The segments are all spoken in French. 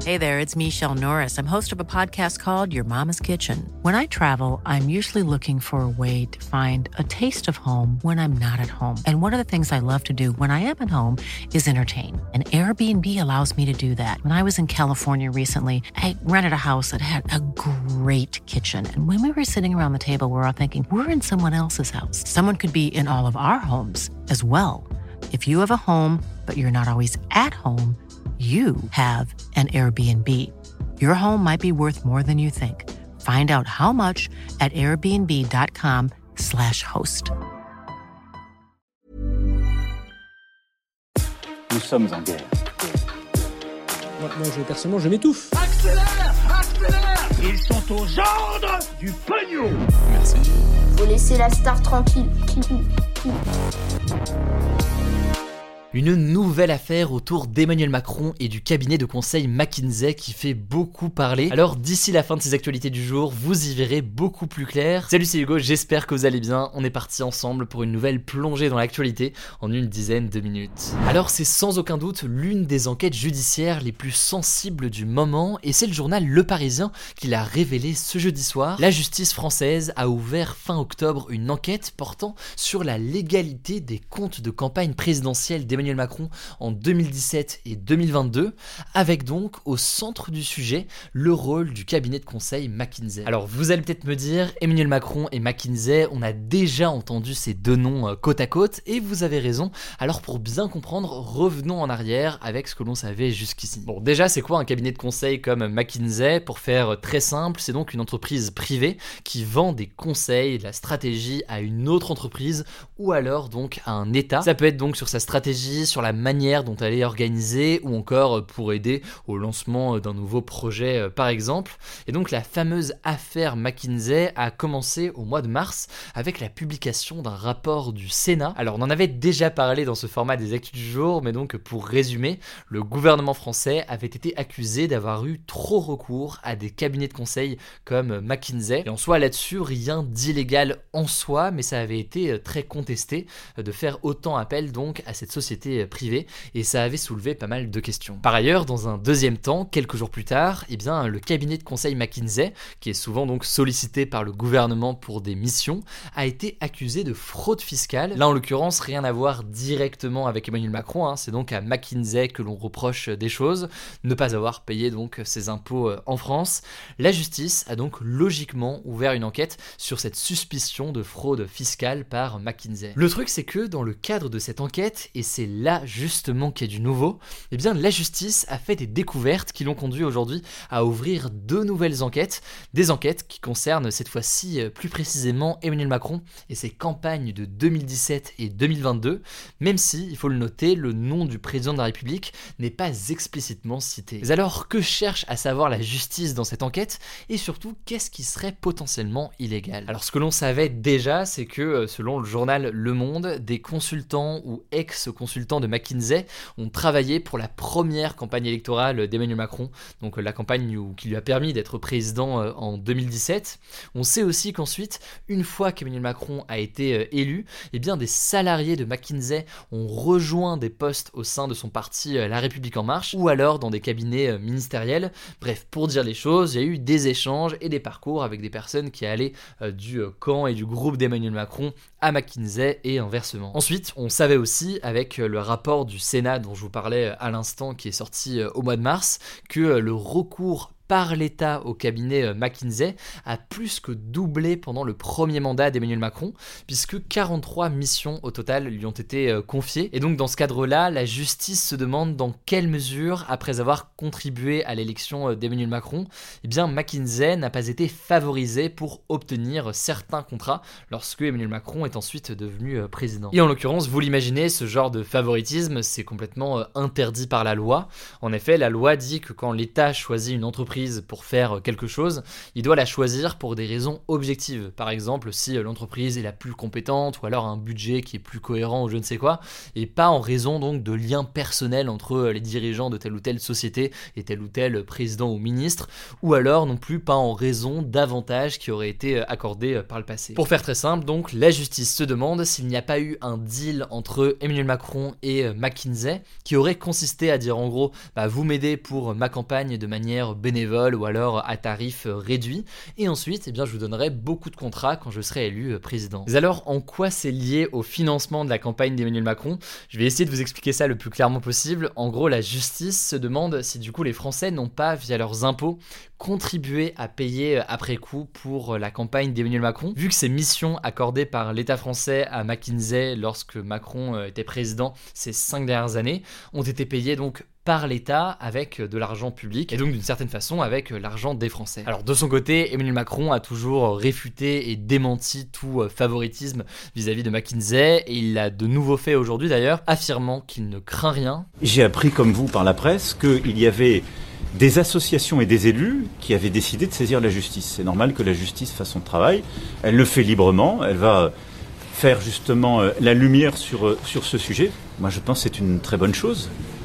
Hey there, it's Michelle Norris. I'm host of a podcast called Your Mama's Kitchen. When I travel, I'm usually looking for a way to find a taste of home when I'm not at home. And one of the things I love to do when I am at home is entertain. And Airbnb allows me to do that. When I was in California recently, I rented a house that had a great kitchen. And when we were sitting around the table, we were all thinking, we're in someone else's house. Someone could be in all of our homes as well. If you have a home, but you're not always at home, you have an Airbnb. Your home might be worth more than you think. Find out how much at airbnb.com/host. Nous sommes en guerre. Moi, personnellement, je m'étouffe. Accélère! Accélère! Ils sont aux ordres du pognon! Merci. Faut laisser la star tranquille. Une nouvelle affaire autour d'Emmanuel Macron et du cabinet de conseil McKinsey qui fait beaucoup parler. Alors d'ici la fin de ces actualités du jour, vous y verrez beaucoup plus clair. Salut, c'est Hugo, j'espère que vous allez bien. On est parti ensemble pour une nouvelle plongée dans l'actualité en une dizaine de minutes. Alors c'est sans aucun doute l'une des enquêtes judiciaires les plus sensibles du moment et c'est le journal Le Parisien qui l'a révélé ce jeudi soir. La justice française a ouvert fin octobre une enquête portant sur la légalité des comptes de campagne présidentielle d'Emmanuel Macron en 2017 et 2022, avec donc au centre du sujet le rôle du cabinet de conseil McKinsey. Alors vous allez peut-être me dire, Emmanuel Macron et McKinsey, on a déjà entendu ces deux noms côte à côte, et vous avez raison. Alors pour bien comprendre, revenons en arrière avec ce que l'on savait jusqu'ici. Bon, déjà, c'est quoi un cabinet de conseil comme McKinsey? Pour faire très simple, c'est donc une entreprise privée qui vend des conseils, de la stratégie à une autre entreprise ou alors donc à un État. Ça peut être donc sur sa stratégie, sur la manière dont elle est organisée ou encore pour aider au lancement d'un nouveau projet par exemple. Et donc la fameuse affaire McKinsey a commencé au mois de mars avec la publication d'un rapport du Sénat. Alors on en avait déjà parlé dans ce format des actus du jour, mais donc pour résumer, le gouvernement français avait été accusé d'avoir eu trop recours à des cabinets de conseil comme McKinsey. Et en soi là-dessus, rien d'illégal en soi, mais ça avait été très contesté de faire autant appel donc à cette société privée et ça avait soulevé pas mal de questions. Par ailleurs, dans un deuxième temps, quelques jours plus tard, le cabinet de conseil McKinsey, qui est souvent donc sollicité par le gouvernement pour des missions, a été accusé de fraude fiscale. Là en l'occurrence, rien à voir directement avec Emmanuel Macron, c'est donc à McKinsey que l'on reproche des choses, ne pas avoir payé donc ses impôts en France. La justice a donc logiquement ouvert une enquête sur cette suspicion de fraude fiscale par McKinsey. Le truc c'est que dans le cadre de cette enquête, et c'est là justement qu'il y a du nouveau, la justice a fait des découvertes qui l'ont conduit aujourd'hui à ouvrir deux nouvelles enquêtes, des enquêtes qui concernent cette fois-ci plus précisément Emmanuel Macron et ses campagnes de 2017 et 2022, même si, il faut le noter, le nom du président de la République n'est pas explicitement cité. Mais alors, que cherche à savoir la justice dans cette enquête et surtout, qu'est-ce qui serait potentiellement illégal? Alors ce que l'on savait déjà, c'est que selon le journal Le Monde, des consultants ou ex-consultants de McKinsey ont travaillé pour la première campagne électorale d'Emmanuel Macron, donc la campagne qui lui a permis d'être président en 2017. On sait aussi qu'ensuite, une fois qu'Emmanuel Macron a été élu, des salariés de McKinsey ont rejoint des postes au sein de son parti La République En Marche ou alors dans des cabinets ministériels. Bref, pour dire les choses, il y a eu des échanges et des parcours avec des personnes qui allaient du camp et du groupe d'Emmanuel Macron à McKinsey et inversement. Ensuite, on savait aussi avec le rapport du Sénat dont je vous parlais à l'instant qui est sorti au mois de mars que le recours par l'État au cabinet McKinsey a plus que doublé pendant le premier mandat d'Emmanuel Macron, puisque 43 missions au total lui ont été confiées. Et donc dans ce cadre-là, la justice se demande dans quelle mesure, après avoir contribué à l'élection d'Emmanuel Macron, McKinsey n'a pas été favorisé pour obtenir certains contrats lorsque Emmanuel Macron est ensuite devenu président. Et en l'occurrence, vous l'imaginez, ce genre de favoritisme, c'est complètement interdit par la loi. En effet, la loi dit que quand l'État choisit une entreprise entreprise pour faire quelque chose, il doit la choisir pour des raisons objectives. Par exemple, si l'entreprise est la plus compétente ou alors un budget qui est plus cohérent ou je ne sais quoi, et pas en raison donc de liens personnels entre les dirigeants de telle ou telle société et tel ou tel président ou ministre, ou alors non plus pas en raison d'avantages qui auraient été accordés par le passé. Pour faire très simple, donc, la justice se demande s'il n'y a pas eu un deal entre Emmanuel Macron et McKinsey qui aurait consisté à dire en gros, vous m'aidez pour ma campagne de manière bénévole ou alors à tarif réduit, et ensuite, je vous donnerai beaucoup de contrats quand je serai élu président. Mais alors, en quoi c'est lié au financement de la campagne d'Emmanuel Macron ? Je vais essayer de vous expliquer ça le plus clairement possible. En gros, la justice se demande si du coup les Français n'ont pas, via leurs impôts, contribué à payer après coup pour la campagne d'Emmanuel Macron, vu que ces missions accordées par l'État français à McKinsey lorsque Macron était président ces 5 dernières années ont été payées donc par l'État avec de l'argent public et donc d'une certaine façon avec l'argent des Français. Alors de son côté, Emmanuel Macron a toujours réfuté et démenti tout favoritisme vis-à-vis de McKinsey et il l'a de nouveau fait aujourd'hui d'ailleurs, affirmant qu'il ne craint rien. J'ai appris comme vous par la presse qu'il y avait des associations et des élus qui avaient décidé de saisir la justice. C'est normal que la justice fasse son travail, elle le fait librement, elle va faire justement la lumière sur ce sujet. Moi je pense que c'est une très bonne chose.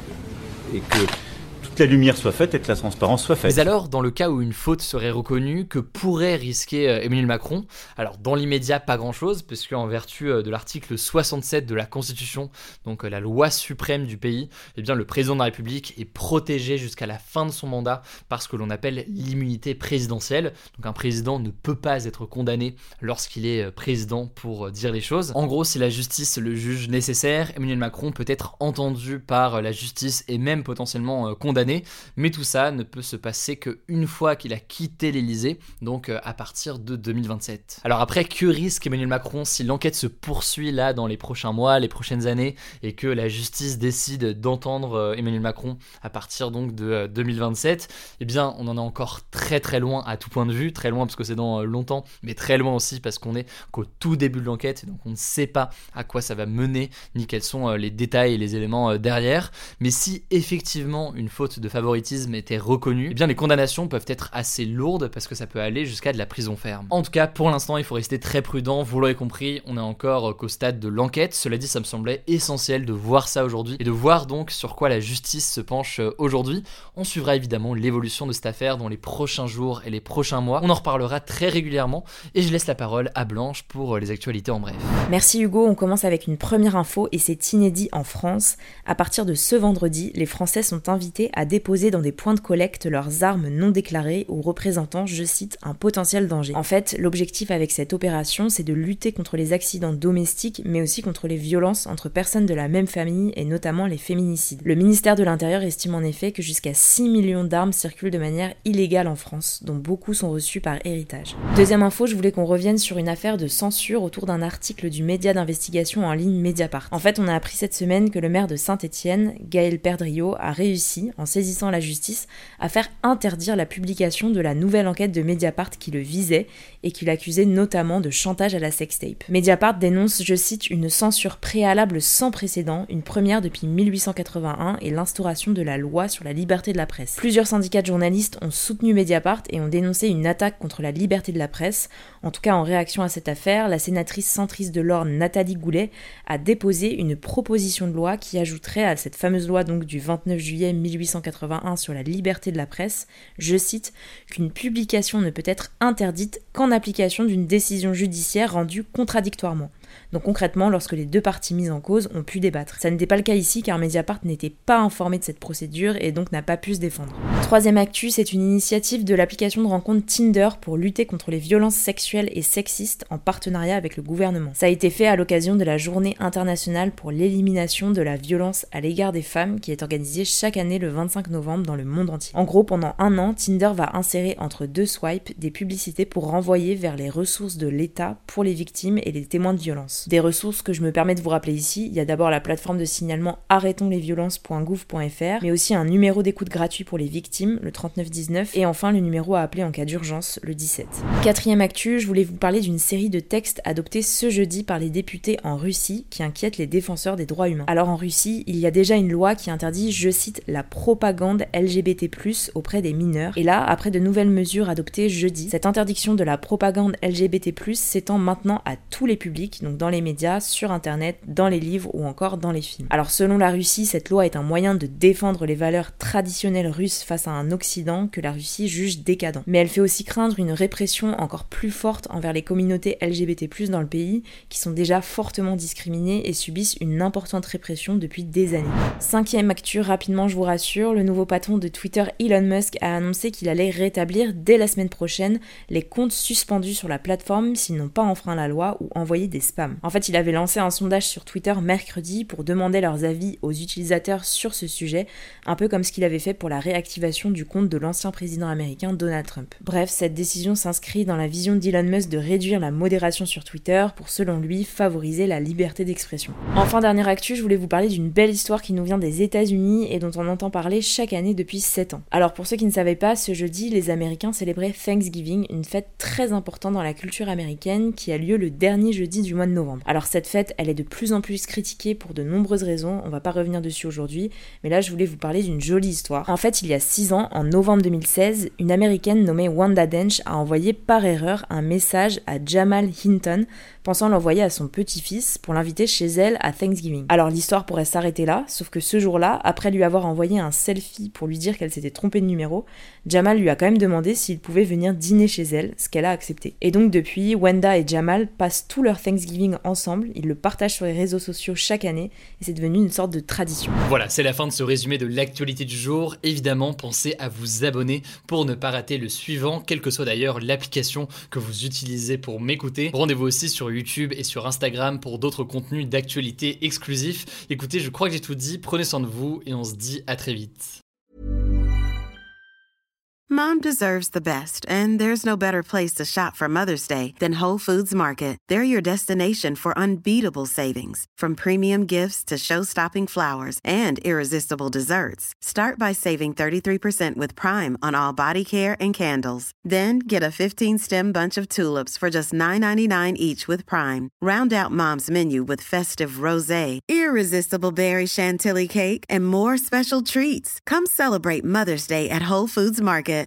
Et que toute la lumière soit faite et que la transparence soit faite. Mais alors, dans le cas où une faute serait reconnue, que pourrait risquer Emmanuel Macron ? Alors, dans l'immédiat, pas grand-chose, parce qu'en vertu de l'article 67 de la Constitution, donc la loi suprême du pays, le président de la République est protégé jusqu'à la fin de son mandat par ce que l'on appelle l'immunité présidentielle. Donc un président ne peut pas être condamné lorsqu'il est président pour dire les choses. En gros, si la justice le juge nécessaire, Emmanuel Macron peut être entendu par la justice et même potentiellement condamné. Mais tout ça ne peut se passer qu'une fois qu'il a quitté l'Elysée, donc à partir de 2027. Alors après, que risque Emmanuel Macron si l'enquête se poursuit là dans les prochains mois, les prochaines années, et que la justice décide d'entendre Emmanuel Macron à partir donc de 2027 ? On en est encore très très loin à tout point de vue, très loin parce que c'est dans longtemps, mais très loin aussi parce qu'on est qu'au tout début de l'enquête, et donc on ne sait pas à quoi ça va mener, ni quels sont les détails et les éléments derrière. Mais si effectivement une faute de favoritisme était reconnue, les condamnations peuvent être assez lourdes parce que ça peut aller jusqu'à de la prison ferme. En tout cas, pour l'instant, il faut rester très prudent, vous l'aurez compris, on est encore qu'au stade de l'enquête. Cela dit, ça me semblait essentiel de voir ça aujourd'hui et de voir donc sur quoi la justice se penche aujourd'hui. On suivra évidemment l'évolution de cette affaire dans les prochains jours et les prochains mois. On en reparlera très régulièrement et je laisse la parole à Blanche pour les actualités en bref. Merci Hugo, on commence avec une première info et c'est inédit en France. À partir de ce vendredi, les Français sont invités à déposer dans des points de collecte leurs armes non déclarées ou représentant, je cite, un potentiel danger. En fait, l'objectif avec cette opération, c'est de lutter contre les accidents domestiques, mais aussi contre les violences entre personnes de la même famille et notamment les féminicides. Le ministère de l'Intérieur estime en effet que jusqu'à 6 millions d'armes circulent de manière illégale en France, dont beaucoup sont reçues par héritage. Deuxième info, je voulais qu'on revienne sur une affaire de censure autour d'un article du média d'investigation en ligne Mediapart. En fait, on a appris cette semaine que le maire de Saint-Étienne, Gaël Perdriau, a réussi, en saisissant la justice, à faire interdire la publication de la nouvelle enquête de Mediapart qui le visait et qui l'accusait notamment de chantage à la sextape. Mediapart dénonce, je cite, une censure préalable sans précédent, une première depuis 1881 et l'instauration de la loi sur la liberté de la presse. Plusieurs syndicats de journalistes ont soutenu Mediapart et ont dénoncé une attaque contre la liberté de la presse. En tout cas, en réaction à cette affaire, la sénatrice centriste de l'Orne, Nathalie Goulet, a déposé une proposition de loi qui ajouterait à cette fameuse loi donc du 29 juillet 1881 sur la liberté de la presse, je cite, qu'une publication ne peut être interdite qu'en application d'une décision judiciaire rendue contradictoirement. Donc concrètement, lorsque les deux parties mises en cause ont pu débattre. Ça n'était pas le cas ici car Mediapart n'était pas informé de cette procédure et donc n'a pas pu se défendre. Troisième actu, c'est une initiative de l'application de rencontre Tinder pour lutter contre les violences sexuelles et sexistes en partenariat avec le gouvernement. Ça a été fait à l'occasion de la Journée internationale pour l'élimination de la violence à l'égard des femmes qui est organisée chaque année le 25 novembre dans le monde entier. En gros, pendant un an, Tinder va insérer entre deux swipes des publicités pour renvoyer vers les ressources de l'État pour les victimes et les témoins de violence. violences. Des ressources que je me permets de vous rappeler ici, il y a d'abord la plateforme de signalement arrêtonslesviolences.gouv.fr, mais aussi un numéro d'écoute gratuit pour les victimes, le 3919, et enfin le numéro à appeler en cas d'urgence, le 17. Quatrième actu, je voulais vous parler d'une série de textes adoptés ce jeudi par les députés en Russie qui inquiètent les défenseurs des droits humains. Alors en Russie, il y a déjà une loi qui interdit, je cite, la propagande LGBT+, auprès des mineurs. Et là, après de nouvelles mesures adoptées jeudi, cette interdiction de la propagande LGBT+, s'étend maintenant à tous les publics, donc dans les médias, sur internet, dans les livres ou encore dans les films. Alors selon la Russie, cette loi est un moyen de défendre les valeurs traditionnelles russes face à un Occident que la Russie juge décadent. Mais elle fait aussi craindre une répression encore plus forte envers les communautés LGBT+, dans le pays, qui sont déjà fortement discriminées et subissent une importante répression depuis des années. Cinquième actu, rapidement je vous rassure, le nouveau patron de Twitter Elon Musk a annoncé qu'il allait rétablir dès la semaine prochaine les comptes suspendus sur la plateforme s'ils n'ont pas enfreint la loi ou envoyé des spams. En fait, il avait lancé un sondage sur Twitter mercredi pour demander leurs avis aux utilisateurs sur ce sujet, un peu comme ce qu'il avait fait pour la réactivation du compte de l'ancien président américain Donald Trump. Bref, cette décision s'inscrit dans la vision d'Elon Musk de réduire la modération sur Twitter pour, selon lui, favoriser la liberté d'expression. Enfin, dernière actu, je voulais vous parler d'une belle histoire qui nous vient des États-Unis et dont on entend parler chaque année depuis 7 ans. Alors pour ceux qui ne savaient pas, ce jeudi, les Américains célébraient Thanksgiving, une fête très importante dans la culture américaine qui a lieu le dernier jeudi du mois de novembre. Alors cette fête, elle est de plus en plus critiquée pour de nombreuses raisons, on va pas revenir dessus aujourd'hui, mais là je voulais vous parler d'une jolie histoire. En fait, il y a 6 ans, en novembre 2016, une Américaine nommée Wanda Dench a envoyé par erreur un message à Jamal Hinton, pensant l'envoyer à son petit-fils pour l'inviter chez elle à Thanksgiving. Alors l'histoire pourrait s'arrêter là, sauf que ce jour-là, après lui avoir envoyé un selfie pour lui dire qu'elle s'était trompée de numéro, Jamal lui a quand même demandé s'il pouvait venir dîner chez elle, ce qu'elle a accepté. Et donc depuis, Wanda et Jamal passent tout leur Thanksgiving ensemble, ils le partagent sur les réseaux sociaux chaque année, et c'est devenu une sorte de tradition. Voilà, c'est la fin de ce résumé de l'actualité du jour. Évidemment, pensez à vous abonner pour ne pas rater le suivant, quelle que soit d'ailleurs l'application que vous utilisez pour m'écouter. Rendez-vous aussi sur YouTube et sur Instagram pour d'autres contenus d'actualité exclusifs. Écoutez, je crois que j'ai tout dit, prenez soin de vous et on se dit à très vite. Mom deserves the best, and there's no better place to shop for Mother's Day than Whole Foods Market. They're your destination for unbeatable savings, from premium gifts to show-stopping flowers and irresistible desserts. Start by saving 33% with Prime on all body care and candles. Then get a 15-stem bunch of tulips for just $9.99 each with Prime. Round out Mom's menu with festive rosé, irresistible berry chantilly cake, and more special treats. Come celebrate Mother's Day at Whole Foods Market.